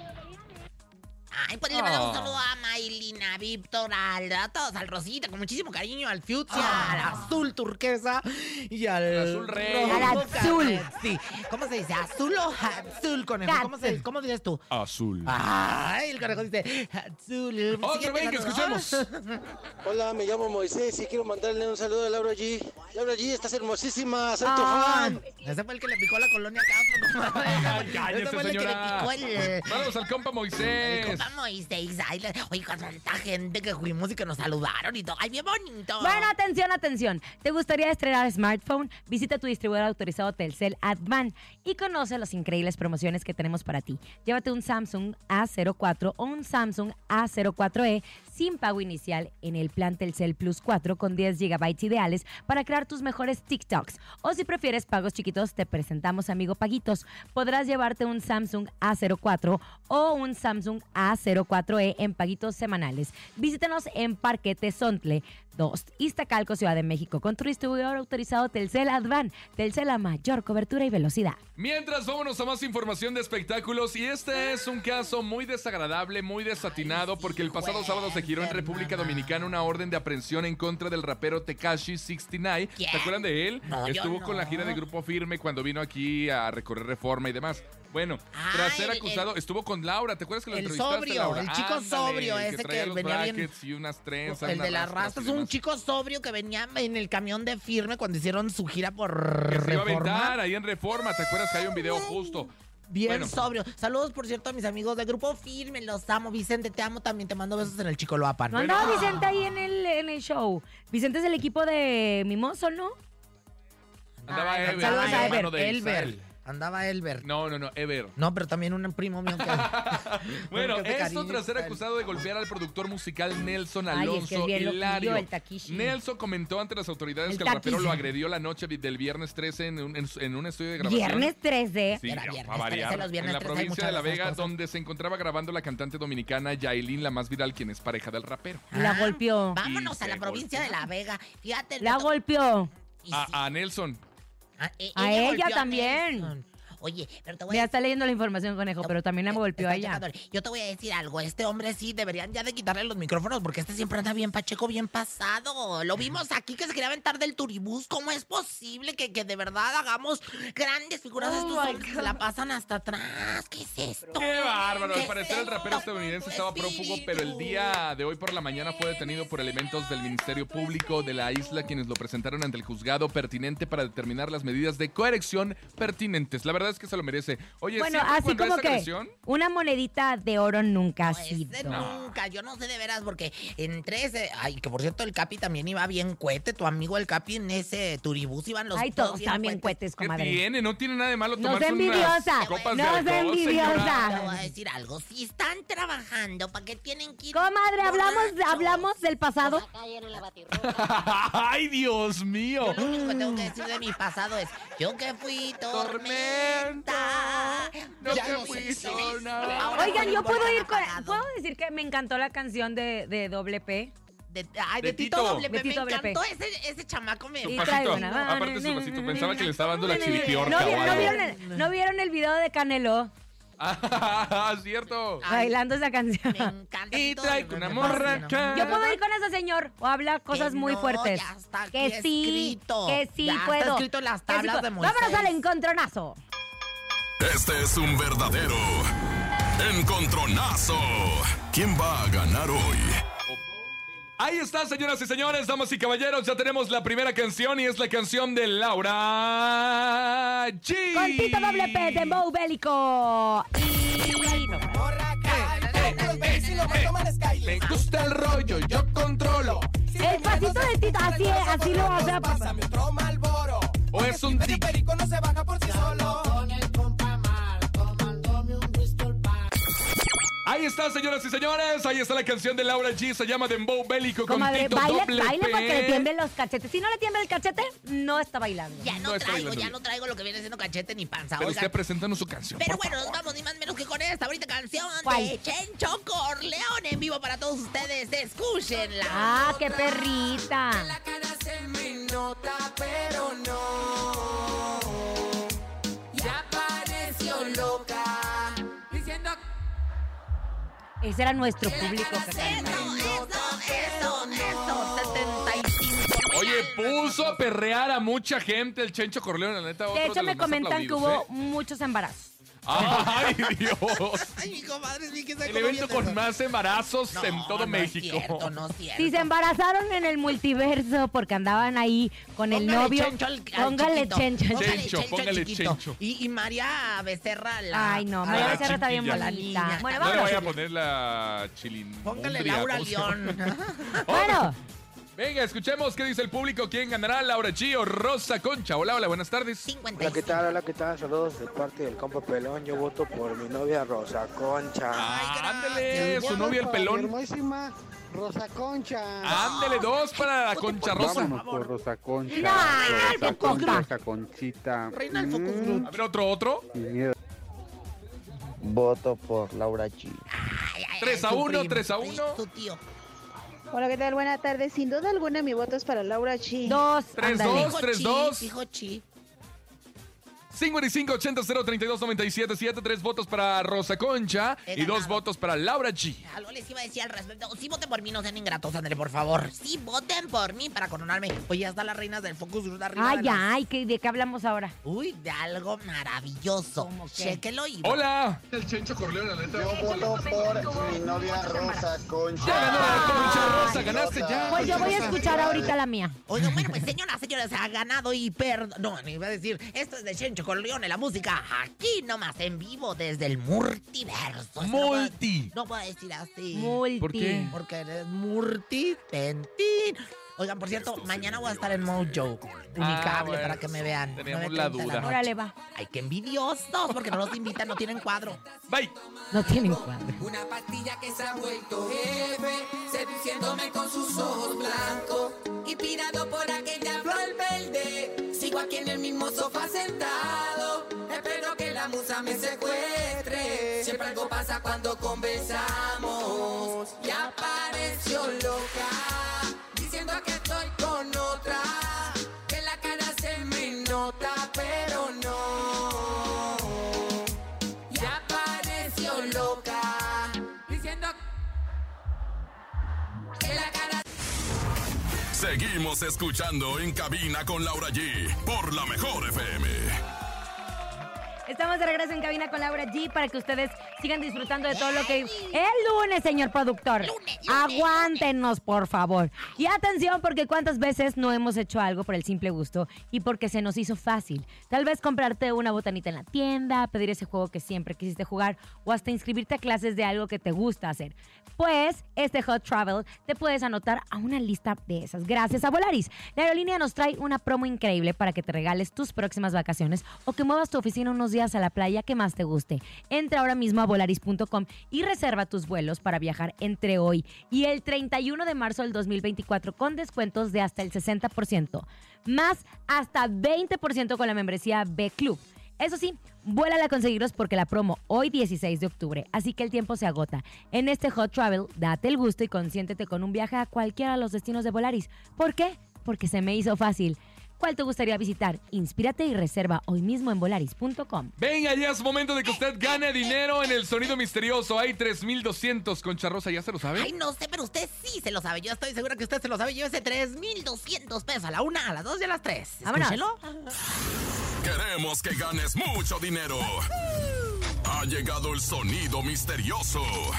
Ay, pues le mandamos un saludo a Maylina, a Víctor, al- a todos, al Rosita, con muchísimo cariño, al Fuchsia, al azul turquesa y al... Al azul rey. Al rojo azul. carnet. Sí. ¿Cómo se dice? ¿Azul o azul, conejo? ¿Cómo, se, ¿Cómo dices tú? Azul. Ay, el conejo dice azul. Otra Siguiente vez que saludo. escuchemos. Hola, me llamo Moisés y quiero mandarle un saludo a Laura G. Laura G, estás hermosísima, soy tu Ah, fan. ese fue el que le picó la colonia Castro, comadre. Ay, Ese cállese, fue el que le señora. picó el... Vamos al compa el Moisés. compa Moisés. Ay, le- oye, con tanta gente que fuimos y que nos saludaron y todo. Ay, bien bonito. Bueno, atención, atención. ¿Te gustaría estrenar smartphone? Visita tu distribuidor autorizado Telcel Advan y conoce las increíbles promociones que tenemos para ti. Llévate un Samsung A cero cuatro o un Samsung A cero cuatro E sin pago inicial en el plan Telcel Plus cuatro con diez gigabytes ideales para crear tus mejores TikToks. O si prefieres pagos chiquitos, te presentamos Amigo Paguitos. Podrás llevarte un Samsung A cero cuatro o un Samsung A cero cuatro E en paguitos semanales. Visítanos en Parque Tezontle dos, Iztacalco, Ciudad de México, con tu distribuidor autorizado Telcel Advan. Telcel, a mayor cobertura y velocidad. Mientras, vámonos a más información de espectáculos. Y este es un caso muy desagradable, muy desatinado, porque el pasado sábado se giró en República Dominicana una orden de aprehensión en contra del rapero Tekashi sesenta y nueve. ¿Quién? ¿Se acuerdan de él? No, yo Estuvo no. con la gira de Grupo Firme cuando vino aquí a recorrer Reforma y demás. Bueno, tras Ah, ser el- acusado, el- estuvo con Laura. ¿Te acuerdas que lo el entrevistaste, sobrio, Laura? el chico Ándale, sobrio, el ese que traía los venía bien- brackets y unas trenzas. El de unas las rastas rastas, y un demás. chico sobrio que venía en el camión de Firme cuando hicieron su gira por Que se iba a aventar Reforma. ahí en Reforma. ¿Te acuerdas que hay un video justo? Bien Bueno. sobrio. Saludos, por cierto, a mis amigos de Grupo Firme. Los amo. Vicente, te amo también. Te mando besos en el Chico Loapan. No andaba Vicente ahí en el, en el show. Vicente es el equipo de Mimoso, ¿no? Andaba Ay, Ever, saludos el a hermano Ever, de Elber. Isabel. Andaba Elber. No, no, no, Ever. No, pero también un primo mío que... Bueno, que es de esto cariño, tras ser Isabel. acusado de golpear al productor musical Nelson Ay, es que Alonso es bien loquillo Hilario. el Takishi. Nelson comentó ante las autoridades El que el rapero Takishi. lo agredió la noche del viernes trece en un, en, en un estudio de grabación. Viernes trece. Sí, Era ya, viernes a variar. trece, los viernes en la trece hay provincia de La muchas de esas Vega, cosas. donde se encontraba grabando la cantante dominicana Yailin, la más viral, quien es pareja del rapero. La Ah, golpeó. Vámonos Y a la se provincia golpeó. de La Vega. Fíjate. La me to- golpeó. y sí, A, a Nelson. a, e- a ella golpeó también. Nelson. Oye, pero te voy a Ya decir... está leyendo la información, conejo, pero también la golpeó a Está ella. checando. Yo te voy a decir algo. Este hombre sí deberían ya de quitarle los micrófonos porque este siempre anda bien pacheco, bien pasado. Lo vimos aquí que se quería aventar del turibús. ¿Cómo es posible que, que de verdad hagamos grandes figuras de Oh, estos my hombres que se la pasan hasta atrás? ¿Qué es esto? ¡Qué bárbaro! ¿Qué Al es parecer el rapero esto? estadounidense estaba prófugo, pero el día de hoy por la mañana fue detenido por elementos del Ministerio Público de la isla, quienes lo presentaron ante el juzgado pertinente para determinar las medidas de coerción pertinentes. La verdad es que se lo merece. Oye, Bueno, ¿siempre así cuando como es que agresión? una monedita de oro nunca ha No, sido. ese nunca, yo no sé de veras, porque entre ese. Ay, que por cierto, el Capi también iba bien cuete. Tu amigo el Capi en ese turibús iban los Ay, dos todos bien también cuetes. cuetes, ¿Qué comadre. tiene? No tiene nada de malo No tomarse sea unas envidiosa, copas no de sea alcohol, envidiosa. señora. Te voy a decir algo. Si están trabajando, ¿para qué tienen que ir? Comadre, hablamos, borrachos? hablamos del pasado. ¡Ay, Dios mío! Yo lo único que tengo que decir de mi pasado es: yo que fui tormenta. No ya que no fui sé. tornado. Ahora Oigan, soy yo un puedo ir con... apagado. ¿Puedo decir que me encantó la canción de, de Doble P? De, ay, De de, Tito, Tito. Doble P. De Tito Me Doble P. encantó ese, ese chamaco. Me Su Y me- traigo pasito. una- Aparte su pasito. Pensaba que le estaba dando la chiripiorca ¿No, vi- o no algo. vieron el, ¿No vieron el video de Canelo Ah, cierto. Ay, bailando esa canción? Me encanta. Y Tito traigo Doble P, una me fascina. morracha. Yo puedo ir con ese señor o habla cosas Que muy no, fuertes. ya está aquí que sí, escrito. que sí Ya está puedo. escrito en las Que sí tablas puedo. de Moisés. Vámonos al encontronazo. Este es un verdadero encontronazo. ¿Quién va a ganar hoy? Ahí está, señoras y señores, damas y caballeros. Ya tenemos la primera canción y es la canción de Laura G. Con Tito Doble P, Dembow Bélico. Y... no. Me gusta el rollo, yo controlo. El pasito de Tito, así es, así lo hace. O es un tic. Ahí está, señoras y señores. Ahí está la canción de Laura G. Se llama Dembow Bélico con Comadre, Tito baile, Doble baile P. porque le tiemblen los cachetes. Si no le tiembla el cachete, no está bailando. Ya no, No está traigo, bailando ya bien. no traigo lo que viene siendo cachete ni panza. Pero Oigan, usted presentando su canción. pero por bueno, nos vamos ni más ni menos que con esta ahorita canción ¿Cuál? de Chencho Corleone en vivo para todos ustedes. Escúchenla. Ah, qué perrita. cara se me nota, pero no. Ya pareció loca. Diciendo Ese era nuestro público que Eso, cantaba. eso, eso, eso. setenta y cinco mil Oye, almas. puso a perrear a mucha gente el Chencho Corleone, la neta. De otro hecho, los me más comentan que aplaudidos, hubo ¿eh? muchos embarazos. ¡Ay, Dios! Ay, mi comadre, sí que se El evento con más embarazos No, en todo no México. Es cierto, no es cierto. Si se embarazaron en el multiverso porque andaban ahí con el Póngale novio, chencho al- al póngale chiquito. chencho. Póngale Chencho, al póngale chiquito. chencho. Y, y María Becerra, la... Ay, no, a María la Becerra está bien chiquilla. La bonita. niña. Bueno, No le vámonos. vaya a poner la chilin. Póngale Umbria, Laura ¿cómo se llama? León. Bueno, Venga, escuchemos qué dice el público. ¿Quién ganará? ¿Laura G o Rosa Concha? Hola, hola, buenas tardes. cincuenta y Hola, ¿qué cinco. tal? Hola, ¿qué tal? Saludos de parte del compa Pelón. Yo voto por mi novia Rosa Concha. Ah, ándele, su novia el pelón. Hermosísima Rosa Concha. Ándele, dos para la Concha Rosa. Vámonos por Rosa Concha. No, ay, Rosa qué poca. Concha, Rosa Conchita. Reina del Focus Mm, Group. A ver, otro, otro. sin miedo. Voto por Laura G. Ay, ay, Tres ay, a su uno, primo, tres a sí, uno. Su tío. Hola, ¿qué tal? Buenas tardes. Sin duda alguna, mi voto es para Laura Chi. dos, Tres, ándale. dos. Dijo tres, chi, dos. dijo chi. cincuenta y cinco ochenta cero treinta y dos noventa y siete siete. Tres votos para Rosa Concha He y dos ganado. votos para Laura G. Algo les iba a decir al respecto. Sí voten por mí, no sean ingratos, André, por favor. Sí voten por mí para coronarme. Oye, ya están las reinas del Focus Group de arriba. Ay, de la- ay, ¿qué- ¿de qué hablamos ahora? Uy, de algo maravilloso. ¿Cómo qué? Chéquelo y... Hola. El Chencho Corleone, la neta. Yo voto por mi novia Rosa Concha. Ya ganó la Concha Rosa, ganaste ya. Pues yo voy a escuchar ahorita la mía. Oigan, bueno, pues señoras, señores, ha ganado y perdón. No, me iba a decir, esto es de Chencho Corleone, la música aquí nomás en vivo desde el multiverso. Eso no puedo- Multi. No puedo decir así. Multi. ¿Por qué? Porque eres multi, tentín. Oigan, por cierto, mañana voy a estar en Mojo. Unicable Ah, bueno, para que me vean. teníamos nueve la treinta de duda. noche. Órale, va. Ay, qué envidiosos, porque no los invitan, no tienen cuadro. Bye. No tienen cuadro. una pastilla que se ha vuelto jefe, seduciéndome con sus ojos blancos. Inspirado por aquella flor verde, sigo aquí en el mismo sofá sentado. Espero que la musa me secuestre. Siempre algo pasa cuando conversamos. Y apareció loca, diciendo que estoy con otra. Que la cara se me nota, pero no. Seguimos escuchando En Cabina con Laura G por la Mejor F M. Estamos de regreso en Cabina con Laura G para que ustedes sigan disfrutando de todo lo que... El lunes, señor productor. Lunes, lunes. Aguántenos, por favor. Y atención, porque cuántas veces no hemos hecho algo por el simple gusto y porque se nos hizo fácil. Tal vez comprarte una botanita en la tienda, pedir ese juego que siempre quisiste jugar o hasta inscribirte a clases de algo que te gusta hacer. Pues, este Hot Travel te puedes anotar a una lista de esas. Gracias a Volaris. La aerolínea nos trae una promo increíble para que te regales tus próximas vacaciones o que muevas tu oficina unos días a la playa que más te guste. Entra ahora mismo a volaris punto com y reserva tus vuelos para viajar entre hoy y el treinta y uno de marzo del dos mil veinticuatro con descuentos de hasta el sesenta por ciento, más hasta veinte por ciento con la membresía B Club. Eso sí, vuélale a conseguirlos porque la promo hoy dieciséis de octubre, así que el tiempo se agota. En este Hot Travel, date el gusto y consiéntete con un viaje a cualquiera de los destinos de Volaris. ¿Por qué? Porque se me hizo fácil. ¿Cuál te gustaría visitar? Inspírate y reserva hoy mismo en volaris punto com. Venga, ya es momento de que usted gane dinero en el sonido misterioso. Hay tres mil doscientos. Concha Rosa, ¿ya se lo sabe? Ay, no sé, pero usted sí se lo sabe. Yo estoy segura que usted se lo sabe. Llévese tres mil doscientos pesos a la una, a las dos y a las tres. Vámonos. Escúchelo. Queremos que ganes mucho dinero. Ha llegado el sonido misterioso.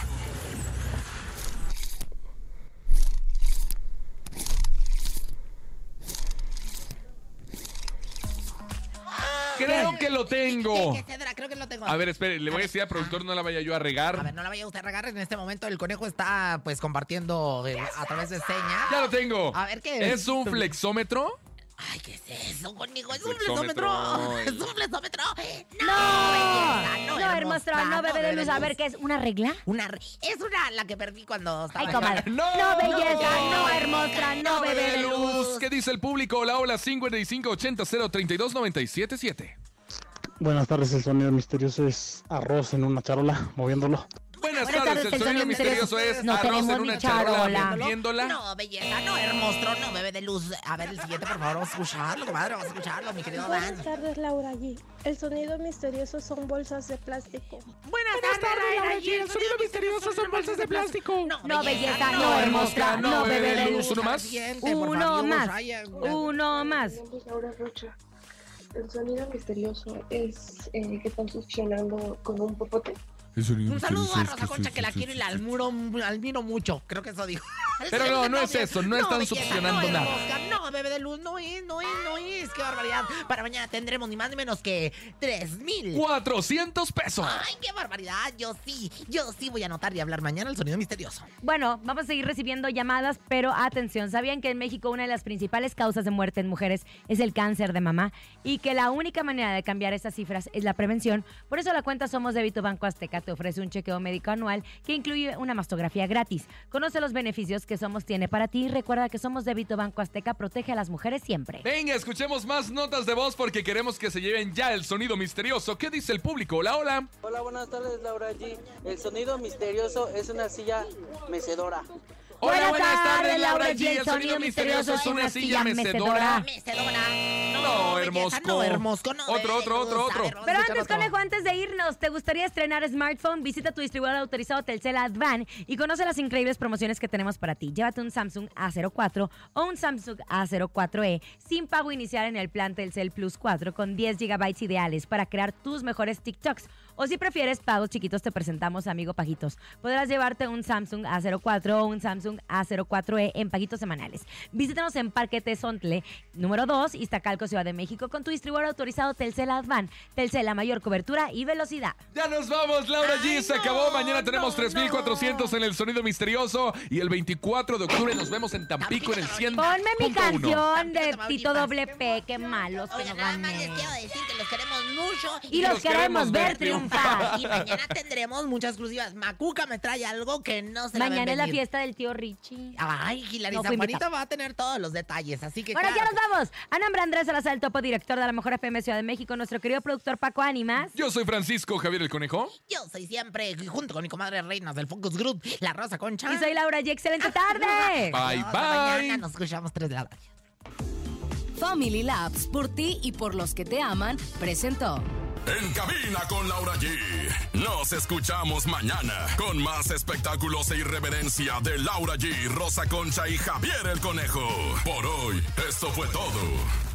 Creo que lo tengo. ¿Qué, qué, Cedra? Creo que lo tengo. A ver, espere, le voy a decir al productor, no la vaya yo a regar. A ver, no la vaya usted a regar. En este momento el conejo está, pues, compartiendo eh, a través de señas. Ya lo tengo. A ver, ¿qué es? ¿Es un flexómetro? Ay, ¿qué es eso, conmigo? ¿Es un Flexómetro. flexómetro? ¿Es un flexómetro? ¡No! Belleza, No, hermosa, no, bebé de luz. A ver, ¿qué es? ¿Una regla? Una re- Es una, la que perdí cuando estaba... Ay, comadre. No, No, belleza, no, no, hermosa, no, bebé de luz. ¿Qué dice el público? Hola, hola, cincuenta y cinco ochenta cero treinta y dos noventa y siete siete. Buenas tardes, el sonido misterioso es arroz en una charola, moviéndolo. Buenas, Buenas tardes, tardes, el sonido misterioso es no arroz tenemos en una ni charola, charola. vendiéndola. No, belleza, no, hermoso, no, bebé de luz. A ver, el siguiente, por favor, vamos a escucharlo, comadre, vamos a escucharlo, mi querido Dan. Buenas tardes, Laura G. El sonido misterioso son bolsas de plástico. Buenas tardes, Laura G. El sonido misterioso son bolsas de plástico. No, belleza, no, hermosa, no, bebé de luz. ¿Uno más? Uno más, uno más. Laura Rocha. El sonido misterioso es eh, que están succionando con un popote. Un saludo a Rosa Concha, que la quiero y la admiro, admiro mucho. Creo que eso dijo. Pero no, no es eso, no están belleza, succionando no, nada. Oscar, no, bebé de luz, no es, no es, no es. Qué barbaridad. Para mañana tendremos ni más ni menos que tres mil. cuatrocientos pesos. Ay, qué barbaridad. Yo sí, yo sí voy a anotar y hablar mañana el sonido misterioso. Bueno, vamos a seguir recibiendo llamadas, pero atención, ¿sabían que en México una de las principales causas de muerte en mujeres es el cáncer de mama? Y que la única manera de cambiar esas cifras es la prevención. Por eso la cuenta Somos Débito Banco Azteca te ofrece un chequeo médico anual que incluye una mastografía gratis. Conoce los beneficios que Somos tiene para ti. Recuerda que Somos Débito Banco Azteca protege a las mujeres siempre. Venga, escuchemos más notas de voz porque queremos que se lleven ya el sonido misterioso. ¿Qué dice el público? Hola, hola. Hola, buenas tardes, Laura G. El sonido misterioso es una silla mecedora. Hola, buenas tardes, Laura G. El sonido misterioso es una silla mecedora. Mecedora. No, hermoso. No, hermoso. No, otro, otro, otro, otro. Pero antes, conejo, antes de irnos, ¿te gustaría estrenar smartphone? Visita tu distribuidor autorizado Telcel Advan y conoce las increíbles promociones que tenemos para ti. Llévate un Samsung A cero cuatro o un Samsung A cero cuatro E sin pago inicial en el plan Telcel Plus cuatro con diez gigabytes ideales para crear tus mejores TikToks. O si prefieres pagos chiquitos, te presentamos Amigo Pajitos. Podrás llevarte un Samsung A cero cuatro o un Samsung A cero cuatro E en paguitos semanales. Visítanos en Parque Tezontle, número dos, Iztacalco, Ciudad de México, con tu distribuidor autorizado Telcel Advan. Telcel, la mayor cobertura y velocidad. Ya nos vamos, Laura G. Se no, acabó. Mañana tenemos no, tres mil cuatrocientos no. en el sonido misterioso. Y el veinticuatro de octubre nos vemos en Tampico en el cien. Ponme mi canción de Tampico, Tito Doble P. Qué malos que Oiga, no nada más les gané. quiero decir que los queremos mucho. Y los queremos ver triunfar. Y mañana tendremos muchas exclusivas. Macuca me trae algo que no se la Mañana ven es la venir. fiesta del tío Richie. Ay, Hilary No fui San Juanita invitada. va a tener todos los detalles, así que Bueno, claro. ya nos vamos. A nombre de Andrés Salazar, el topo director de la Mejor F M Ciudad de México, nuestro querido productor Paco Ánimas. Yo soy Francisco Javier el Conejo. Yo soy siempre, junto con mi comadre Reinas del Focus Group, la Rosa Concha. Y soy Laura G. Excelente tarde. Bye, Hasta bye. Mañana nos escuchamos tres de la tarde. Family Labs, por ti y por los que te aman, presentó En Cabina con Laura G. Nos escuchamos mañana con más espectáculos e irreverencia de Laura G, Rosa Concha y Javier el Conejo. Por hoy, esto fue todo.